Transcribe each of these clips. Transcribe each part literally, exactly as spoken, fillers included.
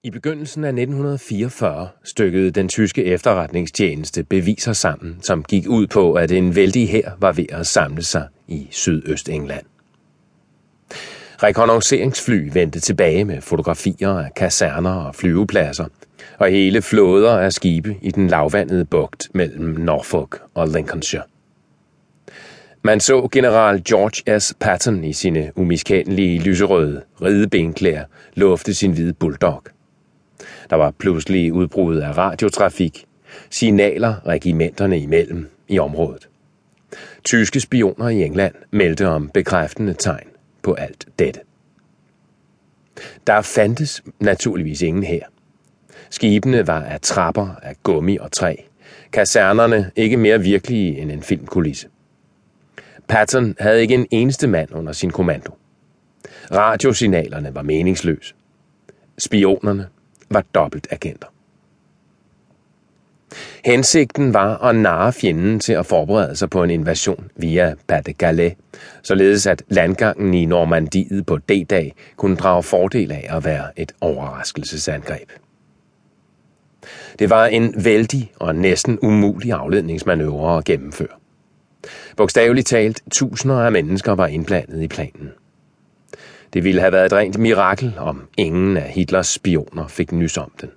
I begyndelsen af nitten fireogfyrre stykkede den tyske efterretningstjeneste beviser sammen, som gik ud på, at en vældig hær var ved at samle sig i Sydøstengland. Rekognosceringsfly vendte tilbage med fotografier af kaserner og flyvepladser, og hele flåder af skibe i den lavvandede bugt mellem Norfolk og Lincolnshire. Man så general George S. Patton i sine umiskendelige lyserøde ridebenklæder lufte sin hvide bulldog. Der var pludselig udbrud af radiotrafik, signaler regimenterne imellem i området. Tyske spioner i England meldte om bekræftende tegn på alt dette. Der fandtes naturligvis ingen hær. Skibene var af trapper af gummi og træ. Kasernerne ikke mere virkelige end en filmkulisse. Patton havde ikke en eneste mand under sin kommando. Radiosignalerne var meningsløse. Spionerne var dobbeltagenter. Hensigten var at narre fjenden til at forberede sig på en invasion via Pas de Calais, således at landgangen i Normandiet på D-dag kunne drage fordel af at være et overraskelsesangreb. Det var en vældig og næsten umulig afledningsmanøvre at gennemføre. Bogstaveligt talt, tusinder af mennesker var indblandet i planen. Det ville have været et rent mirakel, om ingen af Hitlers spioner fik nys om den.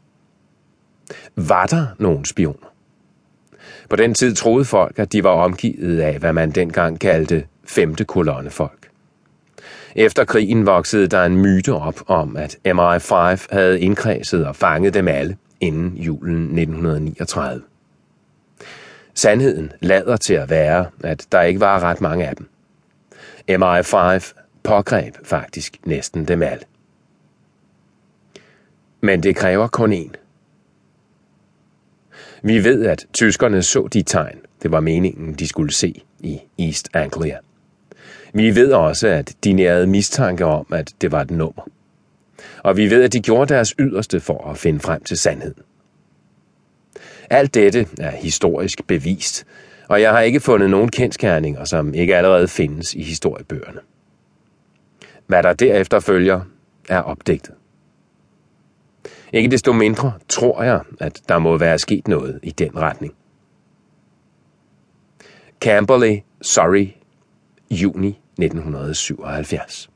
Var der nogen spioner? På den tid troede folk, at de var omgivet af, hvad man dengang kaldte femte kolonnefolk. Efter krigen voksede der en myte op om, at M I fem havde indkredset og fanget dem alle inden julen nitten niogtredive. Sandheden lader til at være, at der ikke var ret mange af dem. M I fem pågreb faktisk næsten dem alle. Men det kræver kun én. Vi ved, at tyskerne så de tegn, det var meningen, de skulle se i East Anglia. Vi ved også, at de nærede mistanke om, at det var et nummer. Og vi ved, at de gjorde deres yderste for at finde frem til sandheden. Alt dette er historisk bevist, og jeg har ikke fundet nogen kendsgerninger, som ikke allerede findes i historiebøgerne. Hvad der derefter følger, er opdigtet. Ikke desto mindre tror jeg, at der må være sket noget i den retning. Camberley, Surrey, juni nitten syvoghalvfjerds.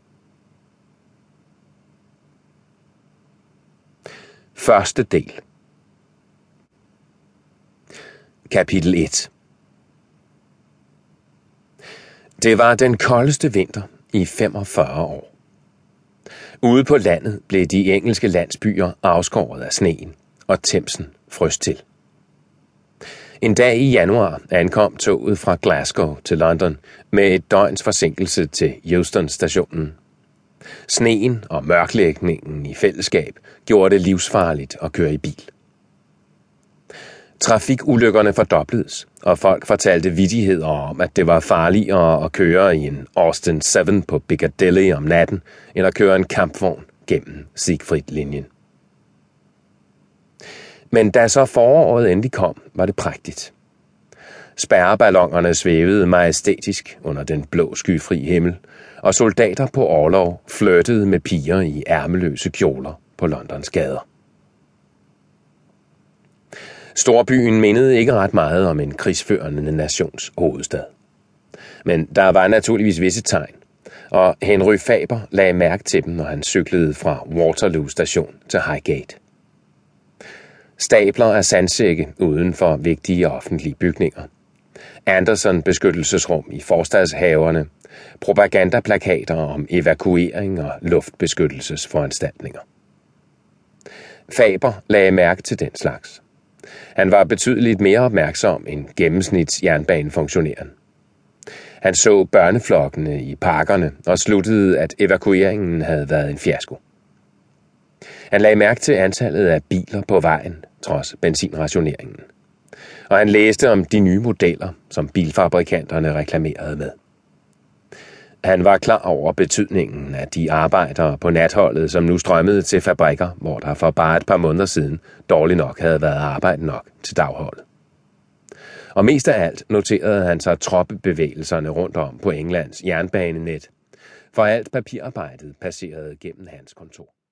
Første del. Kapitel et. Det var den koldeste vinter i femogfyrre år. Ude på landet blev de engelske landsbyer afskåret af sneen, og Themsen frøs til. En dag i januar ankom toget fra Glasgow til London med et døgns forsinkelse til Euston-stationen. Sneen og mørklægningen i fællesskab gjorde det livsfarligt at køre i bil. Trafikulykkerne fordobledes, og folk fortalte vittigheder om, at det var farligere at køre i en Austin syv på Piccadilly om natten, end at køre en kampvogn gennem Siegfried-linjen. Men da så foråret endelig kom, var det prægtigt. Spærreballonerne svævede majestætisk under den blå skyfri himmel, og soldater på orlov flirtede med piger i ærmeløse kjoler på Londons gader. Storbyen mindede ikke ret meget om en krigsførende nations hovedstad. Men der var naturligvis visse tegn, og Henry Faber lagde mærke til dem, når han cyklede fra Waterloo station til Highgate. Stabler af sandsække uden for vigtige offentlige bygninger. Anderson beskyttelsesrum i forstadshaverne. Propagandaplakater om evakuering og luftbeskyttelsesforanstaltninger. Faber lagde mærke til den slags. Han var betydeligt mere opmærksom end gennemsnits jernbanefunktionæren. Han så børneflokkene i parkerne og sluttede, at evakueringen havde været en fiasko. Han lagde mærke til antallet af biler på vejen, trods benzinrationeringen. Og han læste om de nye modeller, som bilfabrikanterne reklamerede med. Han var klar over betydningen af de arbejdere på natholdet, som nu strømmede til fabrikker, hvor der for bare et par måneder siden dårligt nok havde været arbejde nok til dagholdet. Og mest af alt noterede han sig troppebevægelserne rundt om på Englands jernbanenet, for alt papirarbejdet passerede gennem hans kontor.